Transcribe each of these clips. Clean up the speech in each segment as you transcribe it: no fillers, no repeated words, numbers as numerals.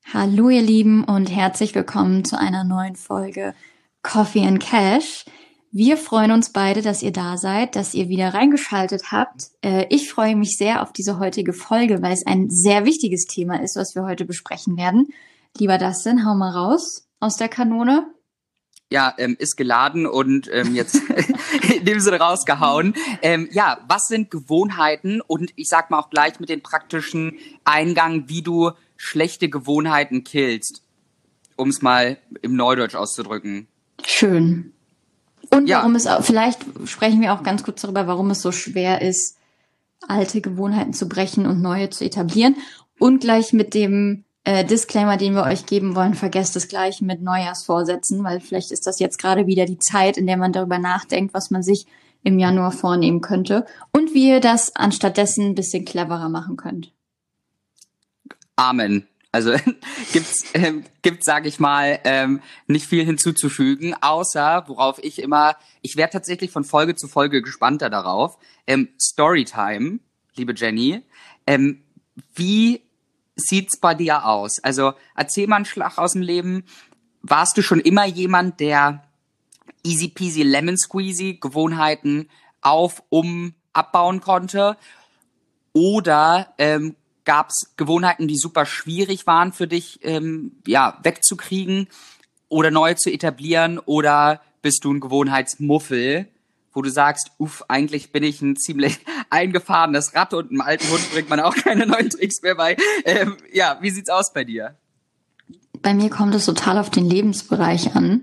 Hallo ihr Lieben und herzlich willkommen zu einer neuen Folge Coffee and Cash. Wir freuen uns beide, dass ihr da seid, dass ihr wieder reingeschaltet habt. Ich freue mich sehr auf diese heutige Folge, weil es ein sehr wichtiges Thema ist, was wir heute besprechen werden. Lieber Dustin, hau mal raus aus der Kanone. Ja, ist geladen und jetzt in dem Sinne rausgehauen. Was sind Gewohnheiten? Und ich sag mal auch gleich mit den praktischen Eingang, wie du schlechte Gewohnheiten killst, um es mal im Neudeutsch auszudrücken. Schön. Und warum es auch, vielleicht sprechen wir auch ganz kurz darüber, warum es so schwer ist, alte Gewohnheiten zu brechen und neue zu etablieren. Und gleich mit dem Disclaimer, den wir euch geben wollen, vergesst es gleich mit Neujahrsvorsätzen, weil vielleicht ist das jetzt gerade wieder die Zeit, in der man darüber nachdenkt, was man sich im Januar vornehmen könnte und wie ihr das anstattdessen ein bisschen cleverer machen könnt. Amen. Also gibt's, sage ich mal, nicht viel hinzuzufügen, außer worauf ich werde tatsächlich von Folge zu Folge gespannter darauf. Storytime, liebe Jenny, wie sieht's bei dir aus? Also erzähl mal einen Schlag aus dem Leben. Warst du schon immer jemand, der easy peasy lemon squeezy Gewohnheiten abbauen konnte? Oder gab's Gewohnheiten, die super schwierig waren für dich, wegzukriegen oder neu zu etablieren? Oder bist du ein Gewohnheitsmuffel, wo du sagst, eigentlich bin ich ein ziemlich eingefahrenes Rad und einem alten Hund bringt man auch keine neuen Tricks mehr bei. Wie sieht's aus bei dir? Bei mir kommt es total auf den Lebensbereich an.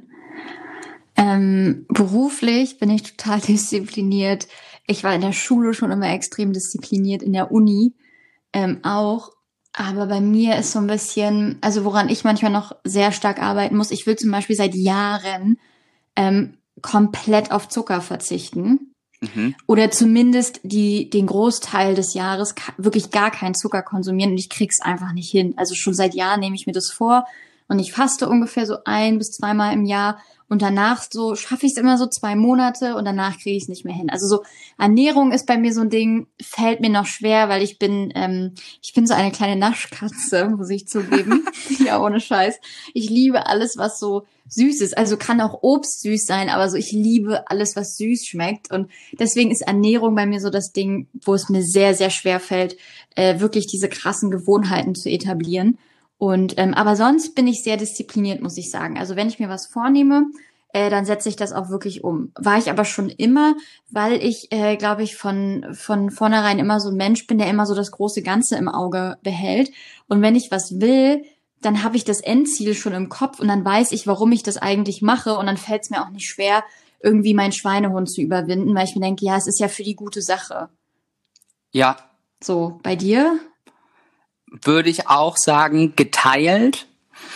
Beruflich bin ich total diszipliniert. Ich war in der Schule schon immer extrem diszipliniert, in der Uni auch. Aber bei mir ist so ein bisschen, also woran ich manchmal noch sehr stark arbeiten muss, ich will zum Beispiel seit Jahren komplett auf Zucker verzichten. Mhm. Oder zumindest den Großteil des Jahres wirklich gar keinen Zucker konsumieren und ich krieg's einfach nicht hin. Also schon seit Jahren nehme ich mir das vor und ich faste ungefähr so 1 bis 2 Mal im Jahr und danach so schaffe ich es immer so 2 Monate und danach kriege ich es nicht mehr hin. Also so Ernährung ist bei mir so ein Ding, fällt mir noch schwer, weil ich bin so eine kleine Naschkatze, muss ich zugeben. Ja, ohne Scheiß. Ich liebe alles, was so süß ist. Also kann auch Obst süß sein, aber so ich liebe alles, was süß schmeckt. Und deswegen ist Ernährung bei mir so das Ding, wo es mir sehr, sehr schwer fällt, wirklich diese krassen Gewohnheiten zu etablieren. Und aber sonst bin ich sehr diszipliniert, muss ich sagen. Also wenn ich mir was vornehme, dann setze ich das auch wirklich um. War ich aber schon immer, weil ich, glaube ich, von vornherein immer so ein Mensch bin, der immer so das große Ganze im Auge behält. Und wenn ich was will, dann habe ich das Endziel schon im Kopf und dann weiß ich, warum ich das eigentlich mache und dann fällt es mir auch nicht schwer, irgendwie meinen Schweinehund zu überwinden, weil ich mir denke, ja, es ist ja für die gute Sache. Ja. So, bei dir? Würde ich auch sagen, geteilt.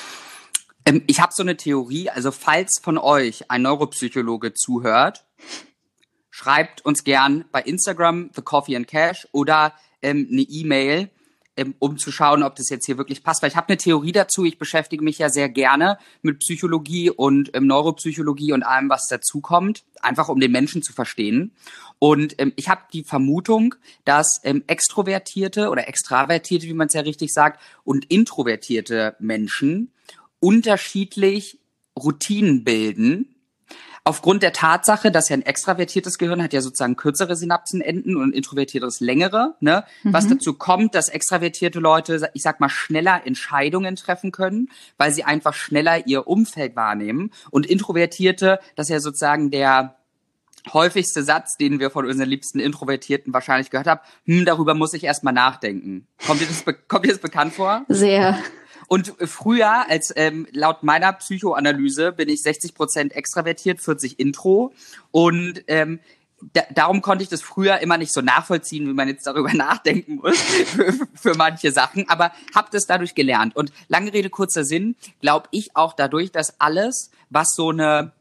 Ich habe so eine Theorie, also falls von euch ein Neuropsychologe zuhört, schreibt uns gern bei Instagram The Coffee and Cash oder eine E-Mail, um zu schauen, ob das jetzt hier wirklich passt. Weil ich habe eine Theorie dazu, ich beschäftige mich ja sehr gerne mit Psychologie und Neuropsychologie und allem, was dazukommt, einfach um den Menschen zu verstehen. Und ich habe die Vermutung, dass extrovertierte oder extravertierte, wie man es ja richtig sagt, und introvertierte Menschen unterschiedlich Routinen bilden. Aufgrund der Tatsache, dass ja ein extravertiertes Gehirn hat ja sozusagen kürzere Synapsenenden und ein introvertiertes längere, ne? Mhm. Was dazu kommt, dass extravertierte Leute, ich sag mal, schneller Entscheidungen treffen können, weil sie einfach schneller ihr Umfeld wahrnehmen. Und Introvertierte, das ist ja sozusagen der häufigste Satz, den wir von unseren liebsten Introvertierten wahrscheinlich gehört haben, darüber muss ich erstmal nachdenken. Kommt dir das bekannt vor? Sehr. Und früher, als laut meiner Psychoanalyse, bin ich 60% extravertiert, 40 Intro. Und darum konnte ich das früher immer nicht so nachvollziehen, wie man jetzt darüber nachdenken muss für manche Sachen. Aber habe das dadurch gelernt. Und lange Rede, kurzer Sinn, glaube ich auch dadurch, dass alles, was so eine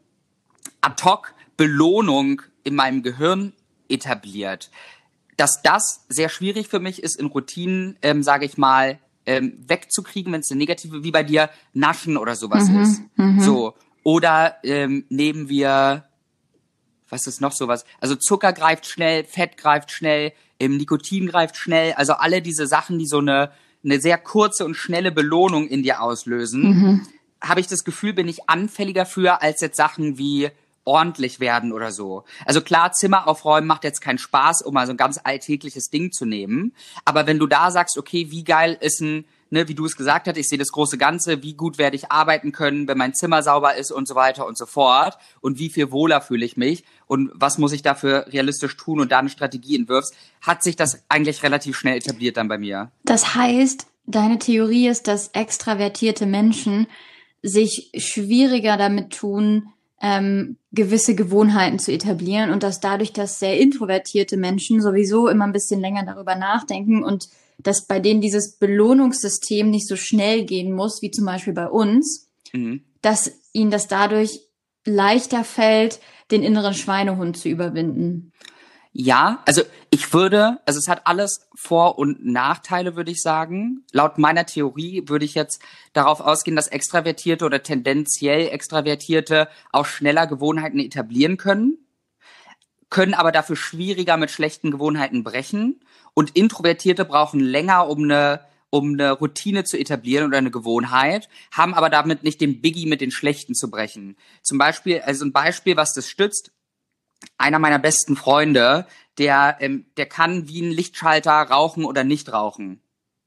Ad-hoc-Belohnung in meinem Gehirn etabliert, dass das sehr schwierig für mich ist, in Routinen, sage ich mal, wegzukriegen, wenn es eine negative, wie bei dir, Naschen oder sowas ist. So. Oder nehmen wir, was ist noch sowas? Also Zucker greift schnell, Fett greift schnell, Nikotin greift schnell. Also alle diese Sachen, die so eine eine sehr kurze und schnelle Belohnung in dir auslösen, habe ich das Gefühl, bin ich anfälliger für als jetzt Sachen wie ordentlich werden oder so. Also klar, Zimmer aufräumen macht jetzt keinen Spaß, um mal so ein ganz alltägliches Ding zu nehmen. Aber wenn du da sagst, okay, wie geil ist wie du es gesagt hast, ich sehe das große Ganze, wie gut werde ich arbeiten können, wenn mein Zimmer sauber ist und so weiter und so fort und wie viel wohler fühle ich mich und was muss ich dafür realistisch tun und da eine Strategie entwirfst, hat sich das eigentlich relativ schnell etabliert dann bei mir. Das heißt, deine Theorie ist, dass extravertierte Menschen sich schwieriger damit tun, gewisse Gewohnheiten zu etablieren und dass dadurch, dass sehr introvertierte Menschen sowieso immer ein bisschen länger darüber nachdenken und dass bei denen dieses Belohnungssystem nicht so schnell gehen muss, wie zum Beispiel bei uns, dass ihnen das dadurch leichter fällt, den inneren Schweinehund zu überwinden. Ja, also es hat alles Vor- und Nachteile, würde ich sagen. Laut meiner Theorie würde ich jetzt darauf ausgehen, dass Extravertierte oder tendenziell Extravertierte auch schneller Gewohnheiten etablieren können aber dafür schwieriger mit schlechten Gewohnheiten brechen. Und Introvertierte brauchen länger, um eine Routine zu etablieren oder eine Gewohnheit, haben aber damit nicht den Biggie mit den Schlechten zu brechen. Zum Beispiel, also ein Beispiel, was das stützt, einer meiner besten Freunde, der kann wie ein Lichtschalter rauchen oder nicht rauchen.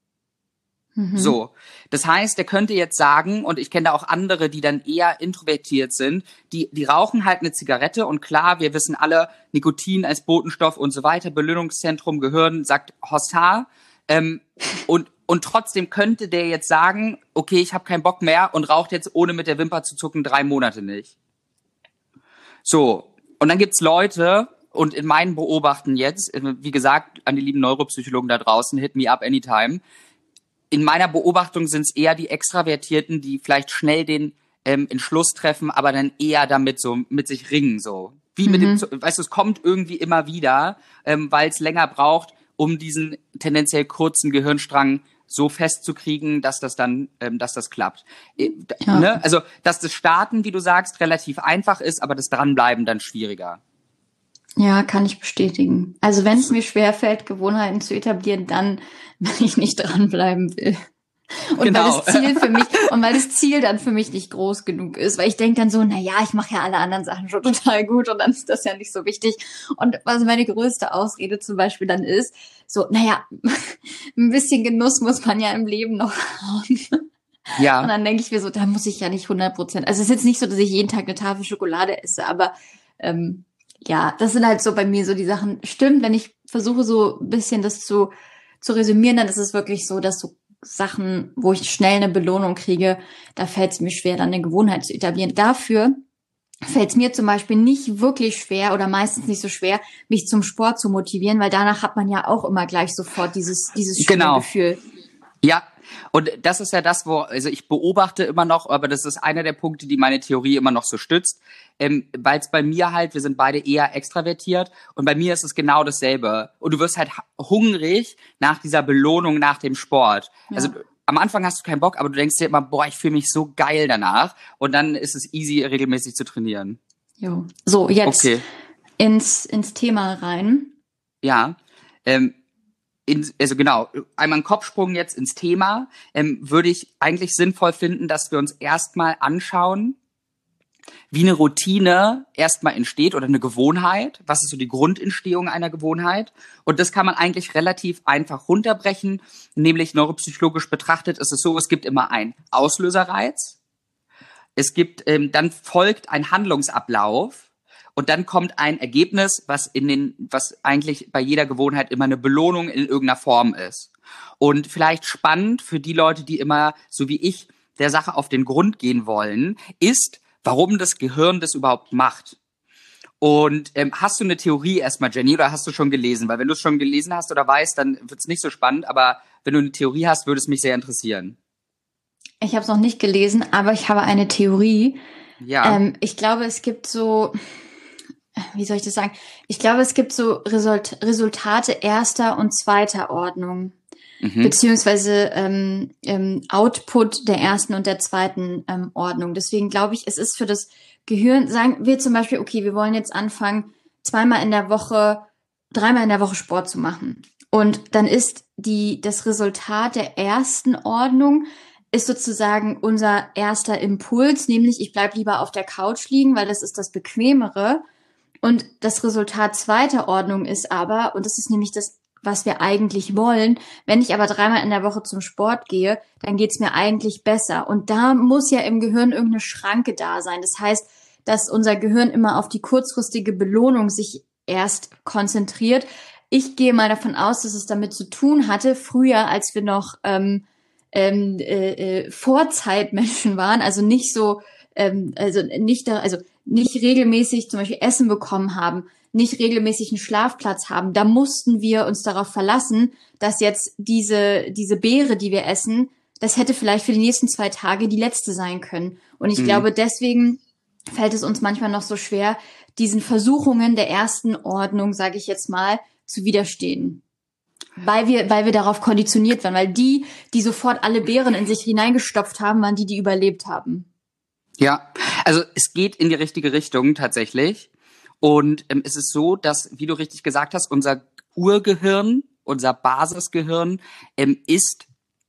So, das heißt, der könnte jetzt sagen, und ich kenne da auch andere, die dann eher introvertiert sind, die rauchen halt eine Zigarette und klar, wir wissen alle, Nikotin als Botenstoff und so weiter, Belohnungszentrum, Gehirn sagt Hossa, und trotzdem könnte der jetzt sagen, okay, ich habe keinen Bock mehr und raucht jetzt ohne mit der Wimper zu zucken 3 Monate nicht. So, und dann gibt's Leute, und in meinen Beobachten jetzt, wie gesagt, an die lieben Neuropsychologen da draußen, hit me up anytime, in meiner Beobachtung sind es eher die Extravertierten, die vielleicht schnell den Entschluss treffen, aber dann eher damit so mit sich ringen, so. Wie mit dem, weißt du, es kommt irgendwie immer wieder, weil es länger braucht, um diesen tendenziell kurzen Gehirnstrang so festzukriegen, dass das dann, dass das klappt. Ja. Ne? Also, dass das Starten, wie du sagst, relativ einfach ist, aber das Dranbleiben dann schwieriger. Ja, kann ich bestätigen. Also wenn es mir schwerfällt, Gewohnheiten zu etablieren, dann, wenn ich nicht dranbleiben will. Und Genau. weil das Ziel dann für mich nicht groß genug ist, weil ich denke dann so, naja, ich mache ja alle anderen Sachen schon total gut und dann ist das ja nicht so wichtig. Und was meine größte Ausrede zum Beispiel dann ist, so, naja, ein bisschen Genuss muss man ja im Leben noch haben. Ja. Und dann denke ich mir so, da muss ich ja nicht 100%. Also es ist jetzt nicht so, dass ich jeden Tag eine Tafel Schokolade esse, aber ja, das sind halt so bei mir so die Sachen. Stimmt, wenn ich versuche so ein bisschen das zu resümieren, dann ist es wirklich so, dass so Sachen, wo ich schnell eine Belohnung kriege, da fällt es mir schwer, dann eine Gewohnheit zu etablieren. Dafür fällt es mir zum Beispiel nicht wirklich schwer oder meistens nicht so schwer, mich zum Sport zu motivieren, weil danach hat man ja auch immer gleich sofort dieses schöne Gefühl. Ja, und das ist ja das, also ich beobachte immer noch, aber das ist einer der Punkte, die meine Theorie immer noch so stützt, weil es bei mir halt, wir sind beide eher extravertiert und bei mir ist es genau dasselbe. Und du wirst halt hungrig nach dieser Belohnung nach dem Sport. Ja. Also am Anfang hast du keinen Bock, aber du denkst dir immer, boah, ich fühle mich so geil danach. Und dann ist es easy, regelmäßig zu trainieren. Jo. So, jetzt ins Thema rein. Ja, also genau, einmal einen Kopfsprung jetzt ins Thema, würde ich eigentlich sinnvoll finden, dass wir uns erstmal anschauen, wie eine Routine erstmal entsteht oder eine Gewohnheit. Was ist so die Grundentstehung einer Gewohnheit? Und das kann man eigentlich relativ einfach runterbrechen, nämlich neuropsychologisch betrachtet ist es so, es gibt immer einen Auslöserreiz, es gibt, dann folgt ein Handlungsablauf, und dann kommt ein Ergebnis, was eigentlich bei jeder Gewohnheit immer eine Belohnung in irgendeiner Form ist. Und vielleicht spannend für die Leute, die immer, so wie ich, der Sache auf den Grund gehen wollen, ist, warum das Gehirn das überhaupt macht. Und hast du eine Theorie erstmal, Jenny, oder hast du schon gelesen? Weil wenn du es schon gelesen hast oder weißt, dann wird es nicht so spannend, aber wenn du eine Theorie hast, würde es mich sehr interessieren. Ich habe es noch nicht gelesen, aber ich habe eine Theorie. Ja. Ich glaube, es gibt so... Wie soll ich das sagen? Ich glaube, es gibt so Resultate erster und zweiter Ordnung, beziehungsweise Output der ersten und der zweiten Ordnung. Deswegen glaube ich, es ist für das Gehirn, sagen wir zum Beispiel, okay, wir wollen jetzt anfangen, 3-mal in der Woche Sport zu machen. Und dann ist das Resultat der ersten Ordnung ist sozusagen unser erster Impuls, nämlich ich bleib lieber auf der Couch liegen, weil das ist das Bequemere. Und das Resultat zweiter Ordnung ist aber, und das ist nämlich das, was wir eigentlich wollen, wenn ich aber 3-mal in der Woche zum Sport gehe, dann geht's mir eigentlich besser. Und da muss ja im Gehirn irgendeine Schranke da sein. Das heißt, dass unser Gehirn immer auf die kurzfristige Belohnung sich erst konzentriert. Ich gehe mal davon aus, dass es damit zu tun hatte, früher, als wir noch Vorzeitmenschen waren, also nicht so, nicht regelmäßig zum Beispiel Essen bekommen haben, nicht regelmäßig einen Schlafplatz haben. Da mussten wir uns darauf verlassen, dass jetzt diese Beere, die wir essen, das hätte vielleicht für die nächsten 2 Tage die letzte sein können. Und ich glaube, deswegen fällt es uns manchmal noch so schwer, diesen Versuchungen der ersten Ordnung, sage ich jetzt mal, zu widerstehen. Weil wir darauf konditioniert waren, weil die sofort alle Beeren in sich hineingestopft haben, waren die überlebt haben. Ja, also es geht in die richtige Richtung tatsächlich. Und es ist so, dass, wie du richtig gesagt hast, unser Urgehirn, unser Basisgehirn ist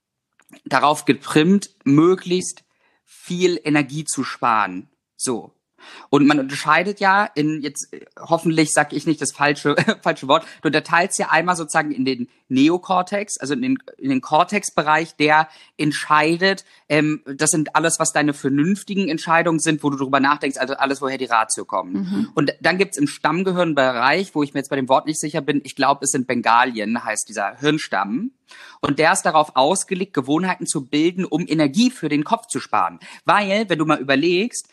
darauf getrimmt, möglichst viel Energie zu sparen. So. Und man unterscheidet ja hoffentlich sage ich nicht das falsche Wort, du unterteilst ja einmal sozusagen in den Neokortex, also in den Cortex-Bereich, der entscheidet, das sind alles, was deine vernünftigen Entscheidungen sind, wo du drüber nachdenkst, also alles, woher die Ratio kommt. Und dann gibt's im Stammgehirnbereich, wo ich mir jetzt bei dem Wort nicht sicher bin, ich glaube, es sind Bengalien, heißt dieser Hirnstamm. Und der ist darauf ausgelegt, Gewohnheiten zu bilden, um Energie für den Kopf zu sparen. Weil, wenn du mal überlegst,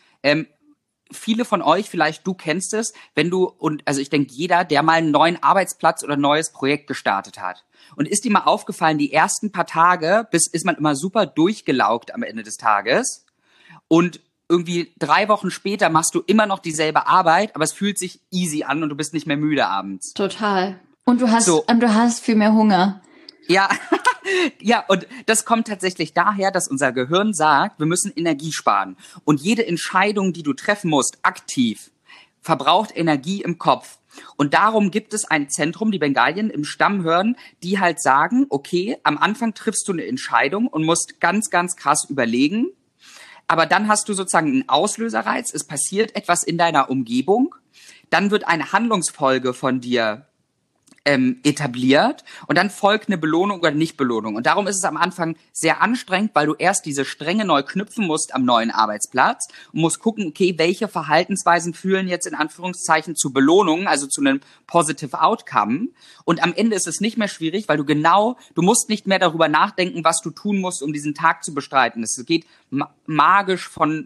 viele von euch, vielleicht du kennst es, also ich denke jeder, der mal einen neuen Arbeitsplatz oder ein neues Projekt gestartet hat. Und ist dir mal aufgefallen, die ersten paar Tage, ist man immer super durchgelaugt am Ende des Tages. Und irgendwie 3 Wochen später machst du immer noch dieselbe Arbeit, aber es fühlt sich easy an und du bist nicht mehr müde abends. Total. Und du hast viel mehr Hunger. Ja, ja, und das kommt tatsächlich daher, dass unser Gehirn sagt, wir müssen Energie sparen. Und jede Entscheidung, die du treffen musst, aktiv, verbraucht Energie im Kopf. Und darum gibt es ein Zentrum, die Bengalien im Stammhirn, die halt sagen, okay, am Anfang triffst du eine Entscheidung und musst ganz, ganz krass überlegen. Aber dann hast du sozusagen einen Auslöserreiz, es passiert etwas in deiner Umgebung, dann wird eine Handlungsfolge von dir etabliert und dann folgt eine Belohnung oder Nicht-Belohnung. Und darum ist es am Anfang sehr anstrengend, weil du erst diese Stränge neu knüpfen musst am neuen Arbeitsplatz und musst gucken, okay, welche Verhaltensweisen führen jetzt in Anführungszeichen zu Belohnungen, also zu einem Positive Outcome. Und am Ende ist es nicht mehr schwierig, weil du musst nicht mehr darüber nachdenken, was du tun musst, um diesen Tag zu bestreiten. Es geht magisch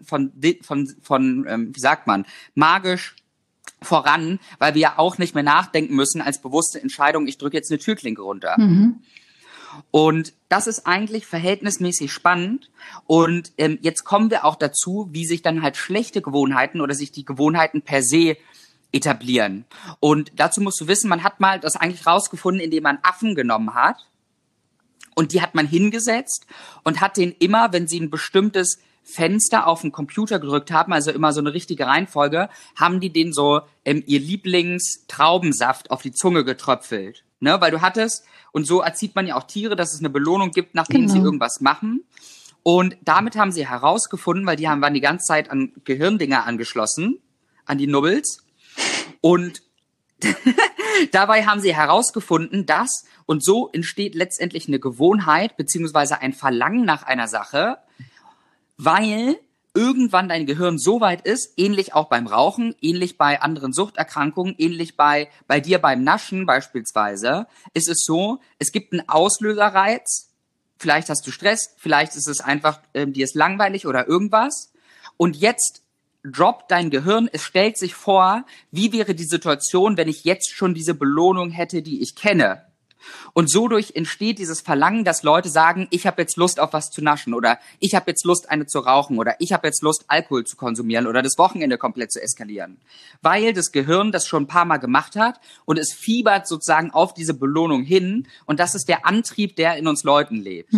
magisch voran, weil wir ja auch nicht mehr nachdenken müssen als bewusste Entscheidung, ich drücke jetzt eine Türklinke runter. Und das ist eigentlich verhältnismäßig spannend. Und jetzt kommen wir auch dazu, wie sich dann halt schlechte Gewohnheiten oder sich die Gewohnheiten per se etablieren. Und dazu musst du wissen, man hat mal das eigentlich rausgefunden, indem man Affen genommen hat. Und die hat man hingesetzt und hat denen immer, wenn sie ein bestimmtes Fenster auf den Computer gedrückt haben, also immer so eine richtige Reihenfolge, haben die denen so ihr Lieblingstraubensaft auf die Zunge getröpfelt. Ne? Weil du hattest, und so erzieht man ja auch Tiere, dass es eine Belohnung gibt, nachdem sie irgendwas machen. Und damit haben sie herausgefunden, weil waren die ganze Zeit an Gehirndinger angeschlossen, an die Nubbels. Und dabei haben sie herausgefunden, dass, und so entsteht letztendlich eine Gewohnheit, beziehungsweise ein Verlangen nach einer Sache, weil irgendwann dein Gehirn so weit ist, ähnlich auch beim Rauchen, ähnlich bei anderen Suchterkrankungen, ähnlich bei dir beim Naschen beispielsweise, ist es so, es gibt einen Auslöserreiz, vielleicht hast du Stress, vielleicht ist es einfach, dir ist langweilig oder irgendwas, und jetzt droppt dein Gehirn, es stellt sich vor, wie wäre die Situation, wenn ich jetzt schon diese Belohnung hätte, die ich kenne. Und so durch entsteht dieses Verlangen, dass Leute sagen, ich habe jetzt Lust auf was zu naschen oder ich habe jetzt Lust, eine zu rauchen oder ich habe jetzt Lust, Alkohol zu konsumieren oder das Wochenende komplett zu eskalieren. Weil das Gehirn das schon ein paar Mal gemacht hat und es fiebert sozusagen auf diese Belohnung hin und das ist der Antrieb, der in uns Leuten lebt.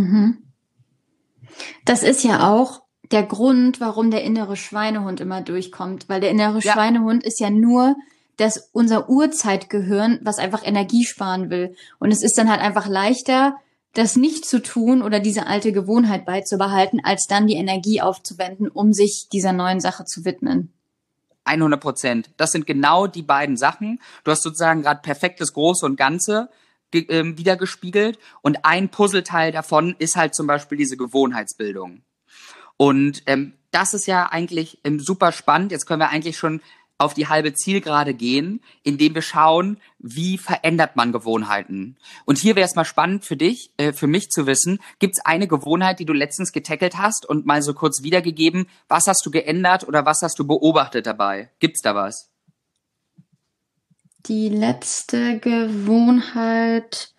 Das ist ja auch der Grund, warum der innere Schweinehund immer durchkommt, weil der innere Schweinehund ist ja nur unser Urzeitgehirn, was einfach Energie sparen will. Und es ist dann halt einfach leichter, das nicht zu tun oder diese alte Gewohnheit beizubehalten, als dann die Energie aufzuwenden, um sich dieser neuen Sache zu widmen. 100%. Das sind genau die beiden Sachen. Du hast sozusagen gerade perfekt das Große und Ganze wiedergespiegelt. Und ein Puzzleteil davon ist halt zum Beispiel diese Gewohnheitsbildung. Und das ist ja eigentlich super spannend. Jetzt können wir eigentlich schon auf die halbe Zielgerade gehen, indem wir schauen, wie verändert man Gewohnheiten. Und hier wäre es mal spannend für dich, für mich zu wissen, gibt es eine Gewohnheit, die du letztens getackelt hast und mal so kurz wiedergegeben, was hast du geändert oder was hast du beobachtet dabei? Gibt's da was? Die letzte Gewohnheit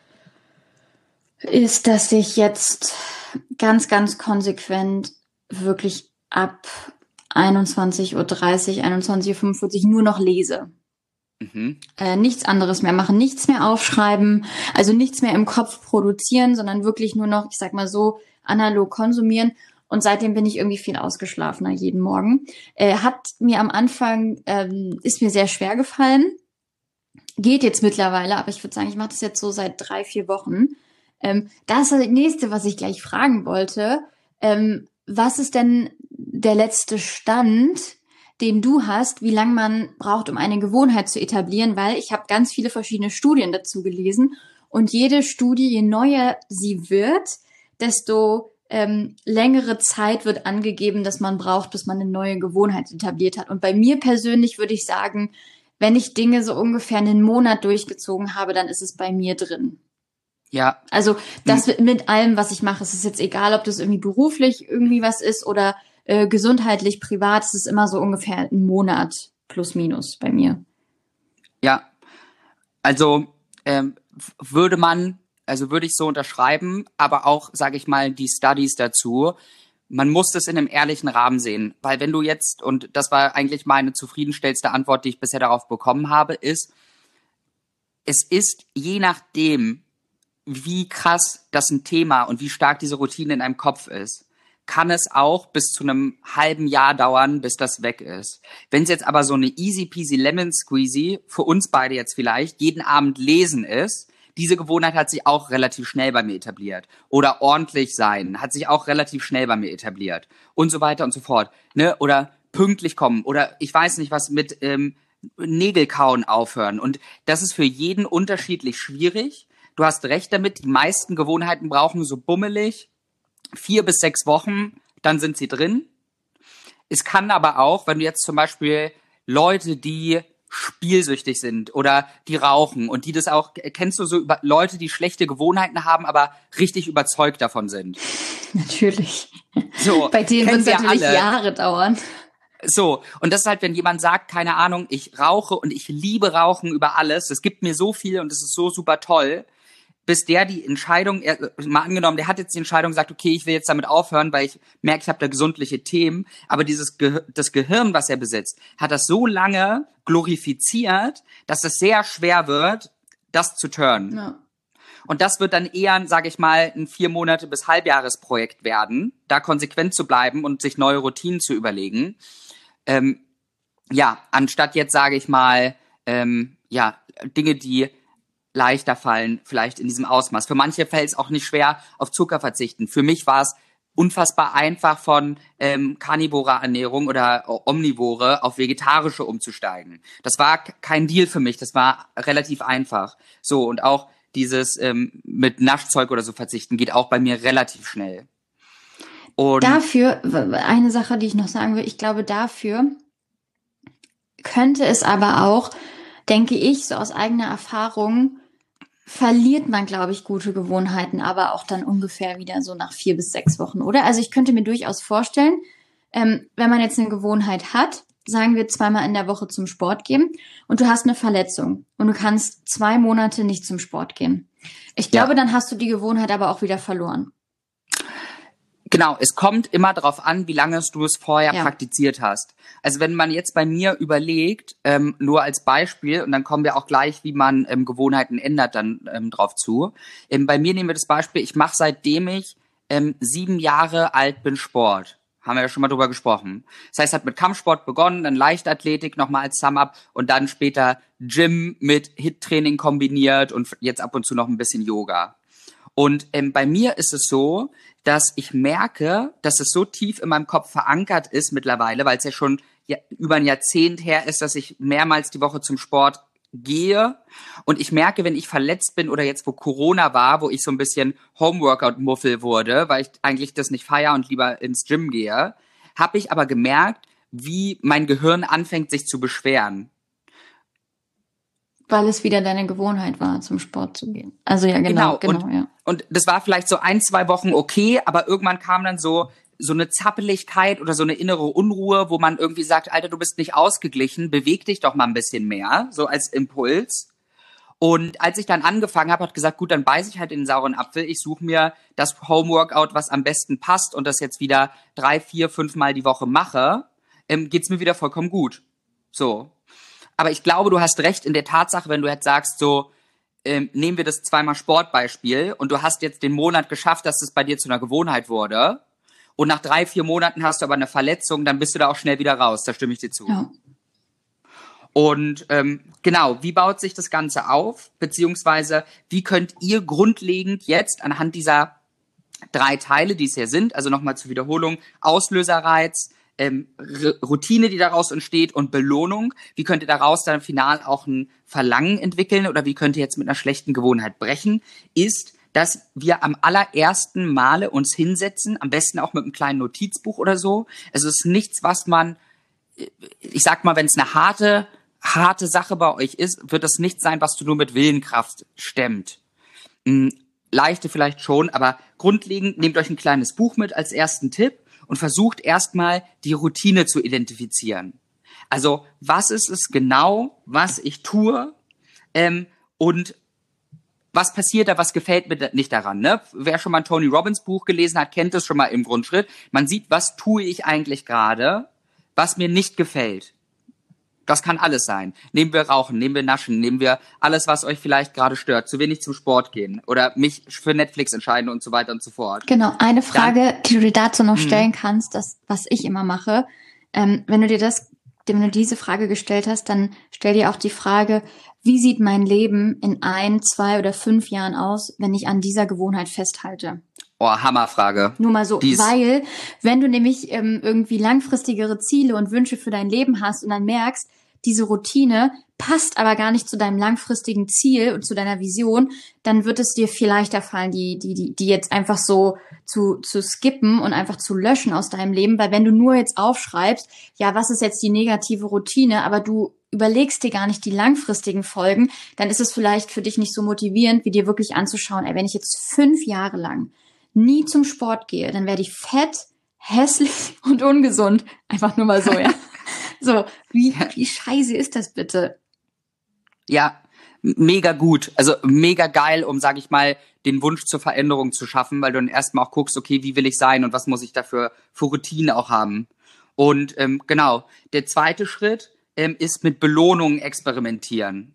ist, dass ich jetzt ganz, ganz konsequent wirklich ab 21:30 Uhr, 21:45 Uhr nur noch lese. Nichts anderes mehr machen, nichts mehr aufschreiben, also nichts mehr im Kopf produzieren, sondern wirklich nur noch, ich sag mal so, analog konsumieren. Und seitdem bin ich irgendwie viel ausgeschlafener jeden Morgen. Hat mir am Anfang, ist mir sehr schwer gefallen. Geht jetzt mittlerweile, aber ich würde sagen, ich mache das jetzt so seit 3-4 Wochen. Das ist das nächste, was ich gleich fragen wollte. Was ist denn der letzte Stand, den du hast, wie lange man braucht, um eine Gewohnheit zu etablieren? Weil ich habe ganz viele verschiedene Studien dazu gelesen und jede Studie, je neuer sie wird, desto längere Zeit wird angegeben, dass man braucht, bis man eine neue Gewohnheit etabliert hat. Und bei mir persönlich würde ich sagen, wenn ich Dinge so ungefähr einen Monat durchgezogen habe, dann ist es bei mir drin. Ja. Also das mit allem, was ich mache, es ist jetzt egal, ob das irgendwie beruflich irgendwie was ist oder gesundheitlich, privat, es ist immer so ungefähr ein Monat plus minus bei mir. Ja, also würde ich so unterschreiben, aber auch, sage ich mal, die Studies dazu, man muss das in einem ehrlichen Rahmen sehen, weil wenn du jetzt, und das war eigentlich meine zufriedenstellendste Antwort, die ich bisher darauf bekommen habe, ist, es ist je nachdem, wie krass das ein Thema und wie stark diese Routine in einem Kopf ist, kann es auch bis zu einem halben Jahr dauern, bis das weg ist. Wenn es jetzt aber so eine easy peasy lemon squeezy, für uns beide jetzt vielleicht, jeden Abend lesen ist, diese Gewohnheit hat sich auch relativ schnell bei mir etabliert. Oder ordentlich sein, hat sich auch relativ schnell bei mir etabliert. Und so weiter und so fort. Ne? Oder pünktlich kommen. Oder ich weiß nicht was mit Nägel kauen aufhören. Und das ist für jeden unterschiedlich schwierig. Du hast recht damit, die meisten Gewohnheiten brauchen so bummelig 4 bis 6 Wochen, dann sind sie drin. Es kann aber auch, wenn du jetzt zum Beispiel Leute, die spielsüchtig sind oder die rauchen und die das auch, kennst du so über Leute, die schlechte Gewohnheiten haben, aber richtig überzeugt davon sind? Natürlich. So, bei denen wird es natürlich alle. Jahre dauern. So, und das ist halt, wenn jemand sagt, keine Ahnung, ich rauche und ich liebe Rauchen über alles, es gibt mir so viel und es ist so super toll, bis der die Entscheidung, mal angenommen, der hat jetzt die Entscheidung gesagt, okay, ich will jetzt damit aufhören, weil ich merke, ich habe da gesundliche Themen, aber das Gehirn, was er besitzt, hat das so lange glorifiziert, dass es sehr schwer wird, das zu turnen. Ja. Und das wird dann eher, sage ich mal, ein 4 Monate bis Halbjahresprojekt werden, da konsequent zu bleiben und sich neue Routinen zu überlegen. Anstatt jetzt, sage ich mal, Dinge, die leichter fallen, vielleicht in diesem Ausmaß. Für manche fällt es auch nicht schwer, auf Zucker verzichten. Für mich war es unfassbar einfach, von karnivorer Ernährung oder omnivore auf vegetarische umzusteigen. Das war kein Deal für mich, das war relativ einfach. So, und auch dieses mit Naschzeug oder so verzichten geht auch bei mir relativ schnell. Und dafür, eine Sache, die ich noch sagen will, ich glaube, dafür könnte es aber auch, denke ich, so aus eigener Erfahrung, verliert man, glaube ich, gute Gewohnheiten, aber auch dann ungefähr wieder so nach 4 bis 6 Wochen, oder? Also ich könnte mir durchaus vorstellen, wenn man jetzt eine Gewohnheit hat, sagen wir 2-mal in der Woche zum Sport gehen und du hast eine Verletzung und du kannst 2 Monate nicht zum Sport gehen. Ich glaube, dann hast du die Gewohnheit aber auch wieder verloren. Genau, es kommt immer darauf an, wie lange du es vorher praktiziert hast. Also wenn man jetzt bei mir überlegt, nur als Beispiel, und dann kommen wir auch gleich, wie man Gewohnheiten ändert, dann drauf zu. Bei mir nehmen wir das Beispiel, ich mache seitdem ich 7 Jahre alt bin Sport. Haben wir ja schon mal drüber gesprochen. Das heißt, hat mit Kampfsport begonnen, dann Leichtathletik nochmal als Sum-Up und dann später Gym mit HIIT-Training kombiniert und jetzt ab und zu noch ein bisschen Yoga. Und bei mir ist es so, dass ich merke, dass es so tief in meinem Kopf verankert ist mittlerweile, weil es ja schon über ein Jahrzehnt her ist, dass ich mehrmals die Woche zum Sport gehe. Und ich merke, wenn ich verletzt bin oder jetzt, wo Corona war, wo ich so ein bisschen Homeworkout-Muffel wurde, weil ich eigentlich das nicht feiere und lieber ins Gym gehe, habe ich aber gemerkt, wie mein Gehirn anfängt, sich zu beschweren. Weil es wieder deine Gewohnheit war, zum Sport zu gehen. Also ja, genau. Und das war vielleicht so 1-2 Wochen okay, aber irgendwann kam dann so eine Zappeligkeit oder so eine innere Unruhe, wo man irgendwie sagt, Alter, du bist nicht ausgeglichen, beweg dich doch mal ein bisschen mehr, so als Impuls. Und als ich dann angefangen habe, hat gesagt, gut, dann beiß ich halt in den sauren Apfel, ich suche mir das Homeworkout, was am besten passt und das jetzt wieder 3, 4, 5 Mal die Woche mache, geht's mir wieder vollkommen gut. So. Aber ich glaube, du hast recht in der Tatsache, wenn du jetzt sagst, so, nehmen wir das 2-mal Sportbeispiel und du hast jetzt den Monat geschafft, dass es bei dir zu einer Gewohnheit wurde und nach 3, 4 Monaten hast du aber eine Verletzung, dann bist du da auch schnell wieder raus, da stimme ich dir zu. Ja. Und genau, wie baut sich das Ganze auf, beziehungsweise wie könnt ihr grundlegend jetzt anhand dieser 3 Teile, die es hier sind, also nochmal zur Wiederholung, Auslöserreiz, Routine, die daraus entsteht und Belohnung. Wie könnt ihr daraus dann final auch ein Verlangen entwickeln oder wie könnt ihr jetzt mit einer schlechten Gewohnheit brechen, ist, dass wir am allerersten Male uns hinsetzen, am besten auch mit einem kleinen Notizbuch oder so. Es ist nichts, was man, ich sag mal, wenn es eine harte Sache bei euch ist, wird das nichts sein, was du nur mit Willenkraft stemmt. Leichte vielleicht schon, aber grundlegend nehmt euch ein kleines Buch mit als ersten Tipp und versucht erstmal die Routine zu identifizieren. Also was ist es genau, was ich tue und was passiert da, was gefällt mir nicht daran. Ne? Wer schon mal ein Tony Robbins Buch gelesen hat, kennt das schon mal im Grundschritt. Man sieht, was tue ich eigentlich gerade, was mir nicht gefällt. Das kann alles sein. Nehmen wir Rauchen, nehmen wir Naschen, nehmen wir alles, was euch vielleicht gerade stört, zu wenig zum Sport gehen oder mich für Netflix entscheiden und so weiter und so fort. Genau, eine Frage, die du dir dazu noch stellen kannst, das, was ich immer mache, wenn du diese Frage gestellt hast, dann stell dir auch die Frage, wie sieht mein Leben in 1, 2 oder 5 Jahren aus, wenn ich an dieser Gewohnheit festhalte? Oh, Hammerfrage. Nur mal so, weil wenn du nämlich irgendwie langfristigere Ziele und Wünsche für dein Leben hast und dann merkst, diese Routine passt aber gar nicht zu deinem langfristigen Ziel und zu deiner Vision, dann wird es dir viel leichter fallen, die jetzt einfach so zu skippen und einfach zu löschen aus deinem Leben, weil wenn du nur jetzt aufschreibst, ja, was ist jetzt die negative Routine, aber du überlegst dir gar nicht die langfristigen Folgen, dann ist es vielleicht für dich nicht so motivierend, wie dir wirklich anzuschauen, ey, wenn ich jetzt 5 Jahre lang nie zum Sport gehe, dann werde ich fett, hässlich und ungesund. Einfach nur mal so, ja. So, wie scheiße ist das bitte? Ja, mega gut. Also mega geil, um, sag ich mal, den Wunsch zur Veränderung zu schaffen, weil du dann erstmal auch guckst, okay, wie will ich sein und was muss ich dafür für Routine auch haben. Und genau, der zweite Schritt ist mit Belohnungen experimentieren.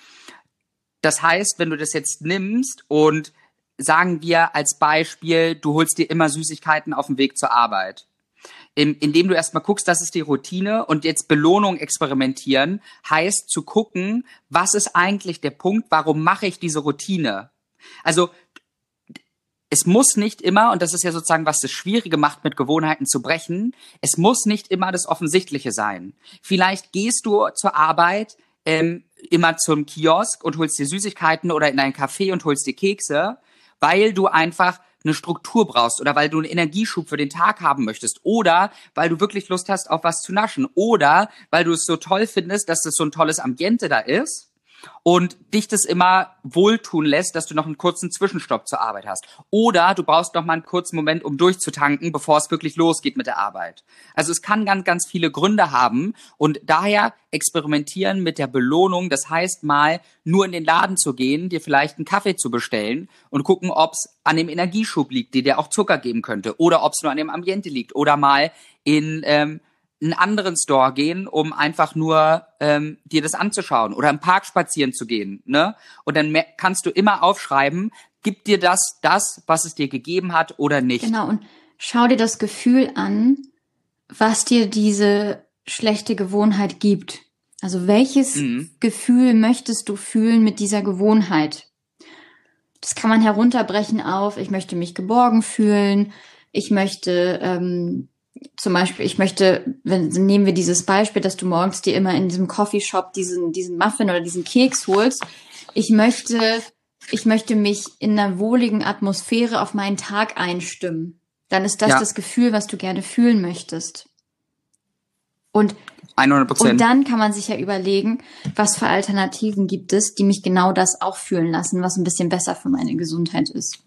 Das heißt, wenn du das jetzt nimmst und sagen wir als Beispiel, du holst dir immer Süßigkeiten auf dem Weg zur Arbeit. Indem du erstmal guckst, das ist die Routine und jetzt Belohnung experimentieren, heißt zu gucken, was ist eigentlich der Punkt, warum mache ich diese Routine? Also es muss nicht immer, und das ist ja sozusagen, was das Schwierige macht, mit Gewohnheiten zu brechen, es muss nicht immer das Offensichtliche sein. Vielleicht gehst du zur Arbeit immer zum Kiosk und holst dir Süßigkeiten oder in ein Café und holst dir Kekse, weil du einfach eine Struktur brauchst oder weil du einen Energieschub für den Tag haben möchtest oder weil du wirklich Lust hast auf was zu naschen oder weil du es so toll findest, dass das so ein tolles Ambiente da ist und dich das immer wohltun lässt, dass du noch einen kurzen Zwischenstopp zur Arbeit hast. Oder du brauchst noch mal einen kurzen Moment, um durchzutanken, bevor es wirklich losgeht mit der Arbeit. Also es kann ganz, ganz viele Gründe haben und daher experimentieren mit der Belohnung. Das heißt mal, nur in den Laden zu gehen, dir vielleicht einen Kaffee zu bestellen und gucken, ob es an dem Energieschub liegt, der dir auch Zucker geben könnte oder ob es nur an dem Ambiente liegt oder mal in einen anderen Store gehen, um einfach nur dir das anzuschauen oder im Park spazieren zu gehen, ne? Und dann kannst du immer aufschreiben, gibt dir das, was es dir gegeben hat oder nicht. Genau, und schau dir das Gefühl an, was dir diese schlechte Gewohnheit gibt. Also welches Gefühl möchtest du fühlen mit dieser Gewohnheit? Das kann man herunterbrechen auf, ich möchte mich geborgen fühlen, ich möchte zum Beispiel, nehmen wir dieses Beispiel, dass du morgens dir immer in diesem Coffeeshop diesen Muffin oder diesen Keks holst. Ich möchte mich in einer wohligen Atmosphäre auf meinen Tag einstimmen. Dann ist das das Gefühl, was du gerne fühlen möchtest. Und 100%. Und dann kann man sich ja überlegen, was für Alternativen gibt es, die mich genau das auch fühlen lassen, was ein bisschen besser für meine Gesundheit ist.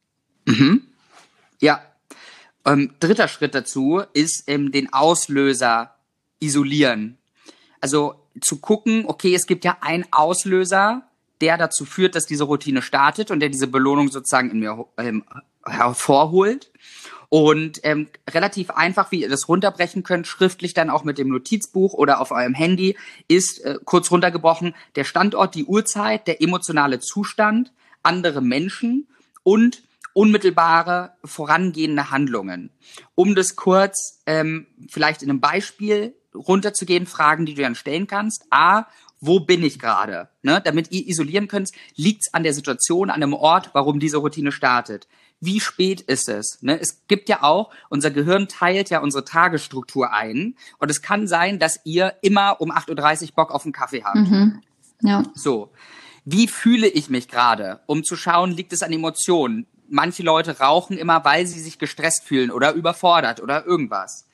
Ja. Dritter Schritt dazu ist den Auslöser isolieren. Also zu gucken, okay, es gibt ja einen Auslöser, der dazu führt, dass diese Routine startet und der diese Belohnung sozusagen in mir hervorholt. Und relativ einfach, wie ihr das runterbrechen könnt, schriftlich dann auch mit dem Notizbuch oder auf eurem Handy, ist kurz runtergebrochen der Standort, die Uhrzeit, der emotionale Zustand, andere Menschen und unmittelbare vorangehende Handlungen. Um das kurz vielleicht in einem Beispiel runterzugehen, Fragen, die du dann stellen kannst. A, wo bin ich gerade? Ne? Damit ihr isolieren könnt, liegt es an der Situation, an dem Ort, warum diese Routine startet. Wie spät ist es? Ne? Es gibt ja auch, unser Gehirn teilt ja unsere Tagesstruktur ein. Und es kann sein, dass ihr immer um 8:30 Uhr Bock auf einen Kaffee habt. Ja. So. Wie fühle ich mich gerade? Um zu schauen, liegt es an Emotionen? Manche Leute rauchen immer, weil sie sich gestresst fühlen oder überfordert oder irgendwas.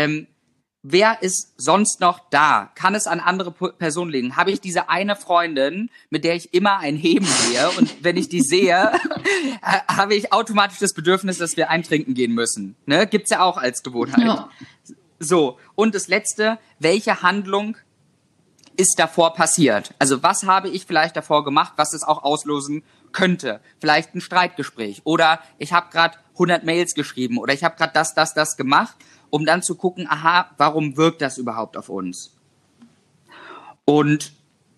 Wer ist sonst noch da? Kann es an andere Personen liegen? Habe ich diese eine Freundin, mit der ich immer ein Heben gehe und wenn ich die sehe, habe ich automatisch das Bedürfnis, dass wir eintrinken gehen müssen. Ne? Gibt's ja auch als Gewohnheit. Ja. So, und das Letzte, welche Handlung ist davor passiert? Also was habe ich vielleicht davor gemacht, was es auch auslösen könnte? Vielleicht ein Streitgespräch oder ich habe gerade 100 Mails geschrieben oder ich habe gerade das gemacht, um dann zu gucken, aha, warum wirkt das überhaupt auf uns? Und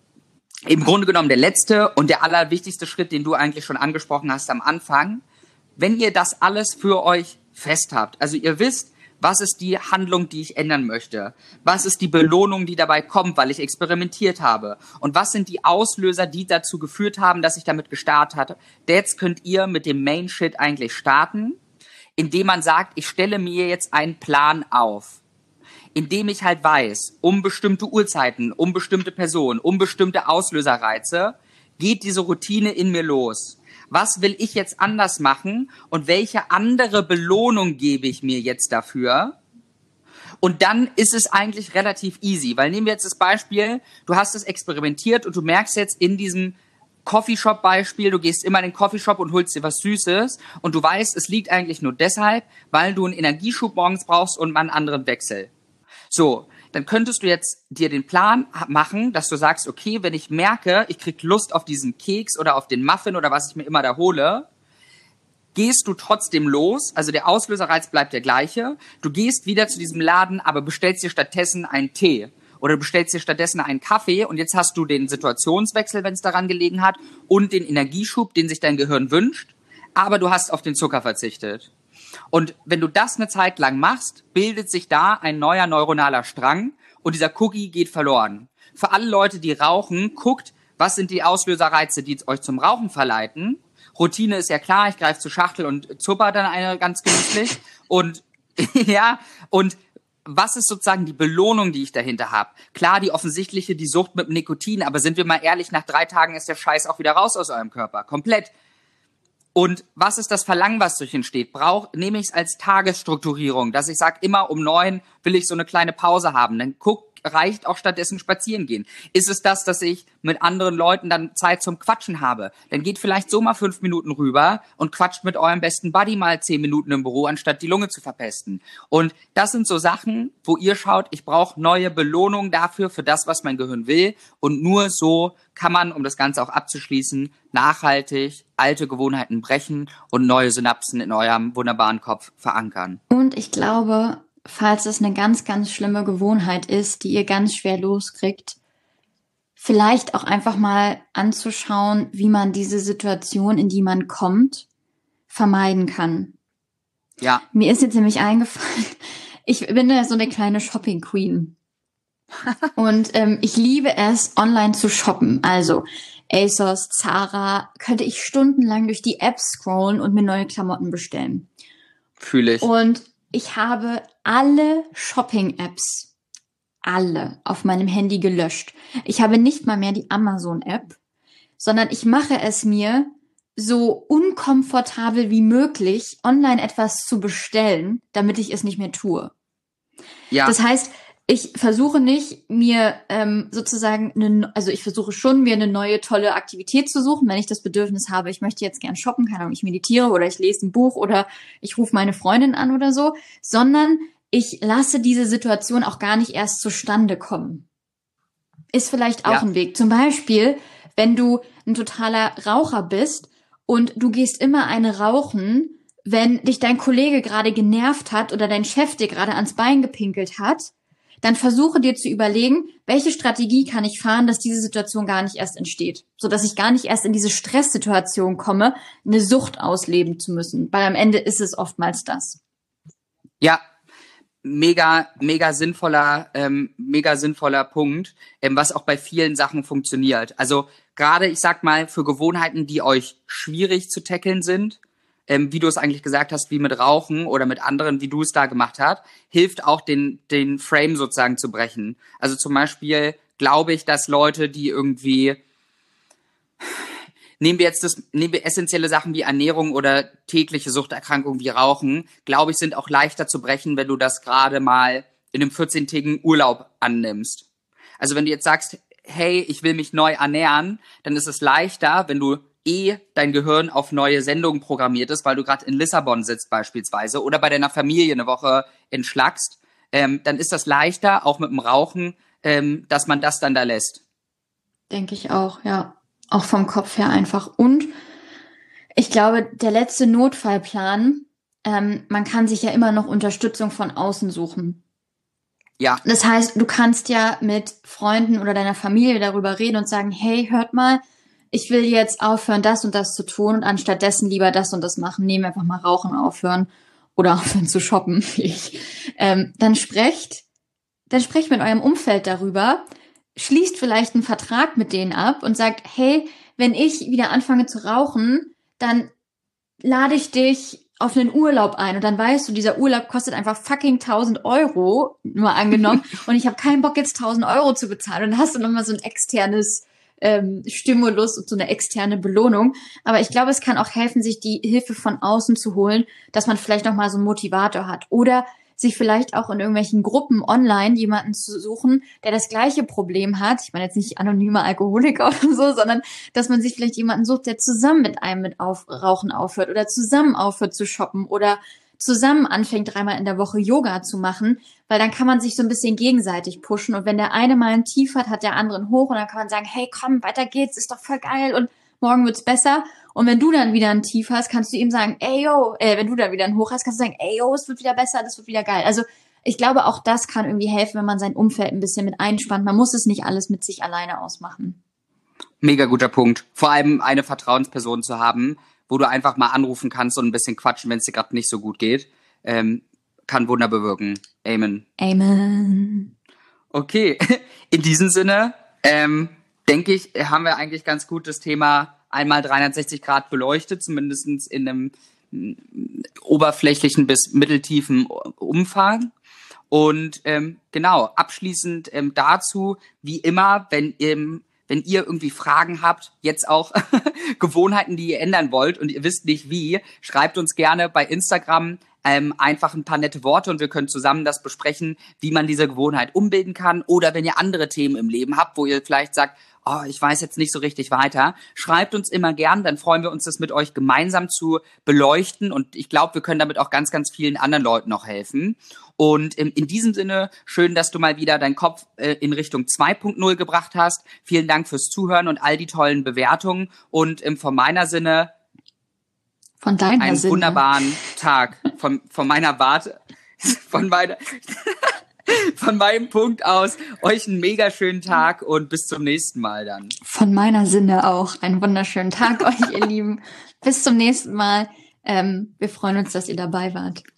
im Grunde genommen der letzte und der allerwichtigste Schritt, den du eigentlich schon angesprochen hast am Anfang, wenn ihr das alles für euch fest habt, also ihr wisst, was ist die Handlung, die ich ändern möchte? Was ist die Belohnung, die dabei kommt, weil ich experimentiert habe? Und was sind die Auslöser, die dazu geführt haben, dass ich damit gestartet hatte? Jetzt könnt ihr mit dem Main Shit eigentlich starten, indem man sagt, ich stelle mir jetzt einen Plan auf, indem ich halt weiß, um bestimmte Uhrzeiten, um bestimmte Personen, um bestimmte Auslöserreize, geht diese Routine in mir los. Was will ich jetzt anders machen und welche andere Belohnung gebe ich mir jetzt dafür? Und dann ist es eigentlich relativ easy, weil nehmen wir jetzt das Beispiel, du hast es experimentiert und du merkst jetzt in diesem Coffeeshop-Beispiel, du gehst immer in den Coffeeshop und holst dir was Süßes und du weißt, es liegt eigentlich nur deshalb, weil du einen Energieschub morgens brauchst und mal einen anderen Wechsel. So, dann könntest du jetzt dir den Plan machen, dass du sagst, okay, wenn ich merke, ich krieg Lust auf diesen Keks oder auf den Muffin oder was ich mir immer da hole, gehst du trotzdem los, also der Auslöserreiz bleibt der gleiche, du gehst wieder zu diesem Laden, aber bestellst dir stattdessen einen Tee. Oder du bestellst dir stattdessen einen Kaffee und jetzt hast du den Situationswechsel, wenn es daran gelegen hat, und den Energieschub, den sich dein Gehirn wünscht, aber du hast auf den Zucker verzichtet. Und wenn du das eine Zeit lang machst, bildet sich da ein neuer neuronaler Strang und dieser Cookie geht verloren. Für alle Leute, die rauchen, guckt, was sind die Auslöserreize, die euch zum Rauchen verleiten. Routine ist ja klar, ich greife zur Schachtel und zupper dann eine ganz genüsslich. Und ja, und was ist sozusagen die Belohnung, die ich dahinter habe? Klar, die offensichtliche, die Sucht mit dem Nikotin, aber sind wir mal ehrlich, nach 3 Tagen ist der Scheiß auch wieder raus aus eurem Körper. Komplett. Und was ist das Verlangen, was durch entsteht? Nehme ich es als Tagesstrukturierung, dass ich sage, immer um 9 will ich so eine kleine Pause haben. Dann reicht auch stattdessen spazieren gehen. Ist es das, dass ich mit anderen Leuten dann Zeit zum Quatschen habe? Dann geht vielleicht so mal 5 Minuten rüber und quatscht mit eurem besten Buddy mal 10 Minuten im Büro, anstatt die Lunge zu verpesten. Und das sind so Sachen, wo ihr schaut, ich brauche neue Belohnungen dafür, für das, was mein Gehirn will. Und nur so kann man, um das Ganze auch abzuschließen, nachhaltig alte Gewohnheiten brechen und neue Synapsen in eurem wunderbaren Kopf verankern. Und ich glaube, falls es eine ganz, ganz schlimme Gewohnheit ist, die ihr ganz schwer loskriegt, vielleicht auch einfach mal anzuschauen, wie man diese Situation, in die man kommt, vermeiden kann. Ja. Mir ist jetzt nämlich eingefallen, Ich bin ja so eine kleine Shopping Queen. Und ich liebe es, online zu shoppen. Also ASOS, Zara, könnte ich stundenlang durch die Apps scrollen und mir neue Klamotten bestellen. Fühle ich. Und ich habe alle Shopping-Apps, alle auf meinem Handy gelöscht. Ich habe nicht mal mehr die Amazon-App, sondern ich mache es mir so unkomfortabel wie möglich, online etwas zu bestellen, damit ich es nicht mehr tue. Ja. Das heißt, ich versuche nicht, mir ich versuche schon, mir eine neue, tolle Aktivität zu suchen, wenn ich das Bedürfnis habe, ich möchte jetzt gern shoppen, keine Ahnung, ich meditiere oder ich lese ein Buch oder ich rufe meine Freundin an oder so, sondern ich lasse diese Situation auch gar nicht erst zustande kommen. Ist vielleicht auch ein Weg. Zum Beispiel, wenn du ein totaler Raucher bist und du gehst immer eine rauchen, wenn dich dein Kollege gerade genervt hat oder dein Chef dir gerade ans Bein gepinkelt hat, dann versuche dir zu überlegen, welche Strategie kann ich fahren, dass diese Situation gar nicht erst entsteht. Sodass ich gar nicht erst in diese Stresssituation komme, eine Sucht ausleben zu müssen. Weil am Ende ist es oftmals das. Ja, mega sinnvoller Punkt, was auch bei vielen Sachen funktioniert. Also gerade, ich sag mal, für Gewohnheiten, die euch schwierig zu tackeln sind, wie du es eigentlich gesagt hast, wie mit Rauchen oder mit anderen, wie du es da gemacht hast, hilft auch den Frame sozusagen zu brechen. Also zum Beispiel glaube ich, dass Leute, die irgendwie, nehmen wir essentielle Sachen wie Ernährung oder tägliche Suchterkrankungen wie Rauchen, glaube ich, sind auch leichter zu brechen, wenn du das gerade mal in einem 14-tägigen Urlaub annimmst. Also wenn du jetzt sagst, hey, ich will mich neu ernähren, dann ist es leichter, wenn du dein Gehirn auf neue Sendungen programmiert ist, weil du gerade in Lissabon sitzt beispielsweise oder bei deiner Familie eine Woche entschlackst, dann ist das leichter, auch mit dem Rauchen, dass man das dann da lässt. Denke ich auch, ja. Auch vom Kopf her einfach. Und ich glaube, der letzte Notfallplan, man kann sich ja immer noch Unterstützung von außen suchen. Ja. Das heißt, du kannst ja mit Freunden oder deiner Familie darüber reden und sagen, hey, hört mal, ich will jetzt aufhören, das und das zu tun und anstattdessen lieber das und das machen. Nehmen einfach mal Rauchen aufhören oder aufhören zu shoppen, wie ich. Dann sprecht mit eurem Umfeld darüber, schließt vielleicht einen Vertrag mit denen ab und sagt, hey, wenn ich wieder anfange zu rauchen, dann lade ich dich auf einen Urlaub ein und dann weißt du, dieser Urlaub kostet einfach fucking 1.000 €, nur angenommen, und ich habe keinen Bock jetzt 1.000 € zu bezahlen und dann hast du nochmal so ein externes Stimulus und so eine externe Belohnung. Aber ich glaube, es kann auch helfen, sich die Hilfe von außen zu holen, dass man vielleicht nochmal so einen Motivator hat oder sich vielleicht auch in irgendwelchen Gruppen online jemanden zu suchen, der das gleiche Problem hat. Ich meine jetzt nicht anonymer Alkoholiker oder so, sondern dass man sich vielleicht jemanden sucht, der zusammen mit einem mit Rauchen aufhört oder zusammen aufhört zu shoppen oder zusammen anfängt, 3-mal in der Woche Yoga zu machen, weil dann kann man sich so ein bisschen gegenseitig pushen und wenn der eine mal ein Tief hat, hat der andere ein Hoch und dann kann man sagen, hey, komm, weiter geht's, ist doch voll geil und morgen wird's besser. Und wenn du dann wieder ein Tief hast, kannst du ihm sagen, ey, yo, wenn du dann wieder ein Hoch hast, kannst du sagen, ey, yo, es wird wieder besser, das wird wieder geil. Also ich glaube, auch das kann irgendwie helfen, wenn man sein Umfeld ein bisschen mit einspannt. Man muss es nicht alles mit sich alleine ausmachen. Mega guter Punkt. Vor allem eine Vertrauensperson zu haben, wo du einfach mal anrufen kannst und ein bisschen quatschen, wenn es dir gerade nicht so gut geht, kann Wunder bewirken. Amen. Amen. Okay, in diesem Sinne, denke ich, haben wir eigentlich ganz gut das Thema einmal 360 Grad beleuchtet, zumindest in einem oberflächlichen bis mitteltiefen Umfang. Und genau, abschließend dazu, wie immer, wenn ihr irgendwie Fragen habt, jetzt auch Gewohnheiten, die ihr ändern wollt und ihr wisst nicht wie, schreibt uns gerne bei Instagram einfach ein paar nette Worte und wir können zusammen das besprechen, wie man diese Gewohnheit umbilden kann. Oder wenn ihr andere Themen im Leben habt, wo ihr vielleicht sagt, oh, ich weiß jetzt nicht so richtig weiter, schreibt uns immer gern, dann freuen wir uns, das mit euch gemeinsam zu beleuchten und ich glaube, wir können damit auch ganz, ganz vielen anderen Leuten noch helfen. Und in diesem Sinne, schön, dass du mal wieder deinen Kopf in Richtung 2.0 gebracht hast. Vielen Dank fürs Zuhören und all die tollen Bewertungen und von meiner Sinne von deiner einen Sinne. Wunderbaren Tag. Von meiner Warte, von meinem Punkt aus, euch einen mega schönen Tag und bis zum nächsten Mal dann. Von meiner Sinne auch einen wunderschönen Tag euch, ihr Lieben. Bis zum nächsten Mal. Wir freuen uns, dass ihr dabei wart.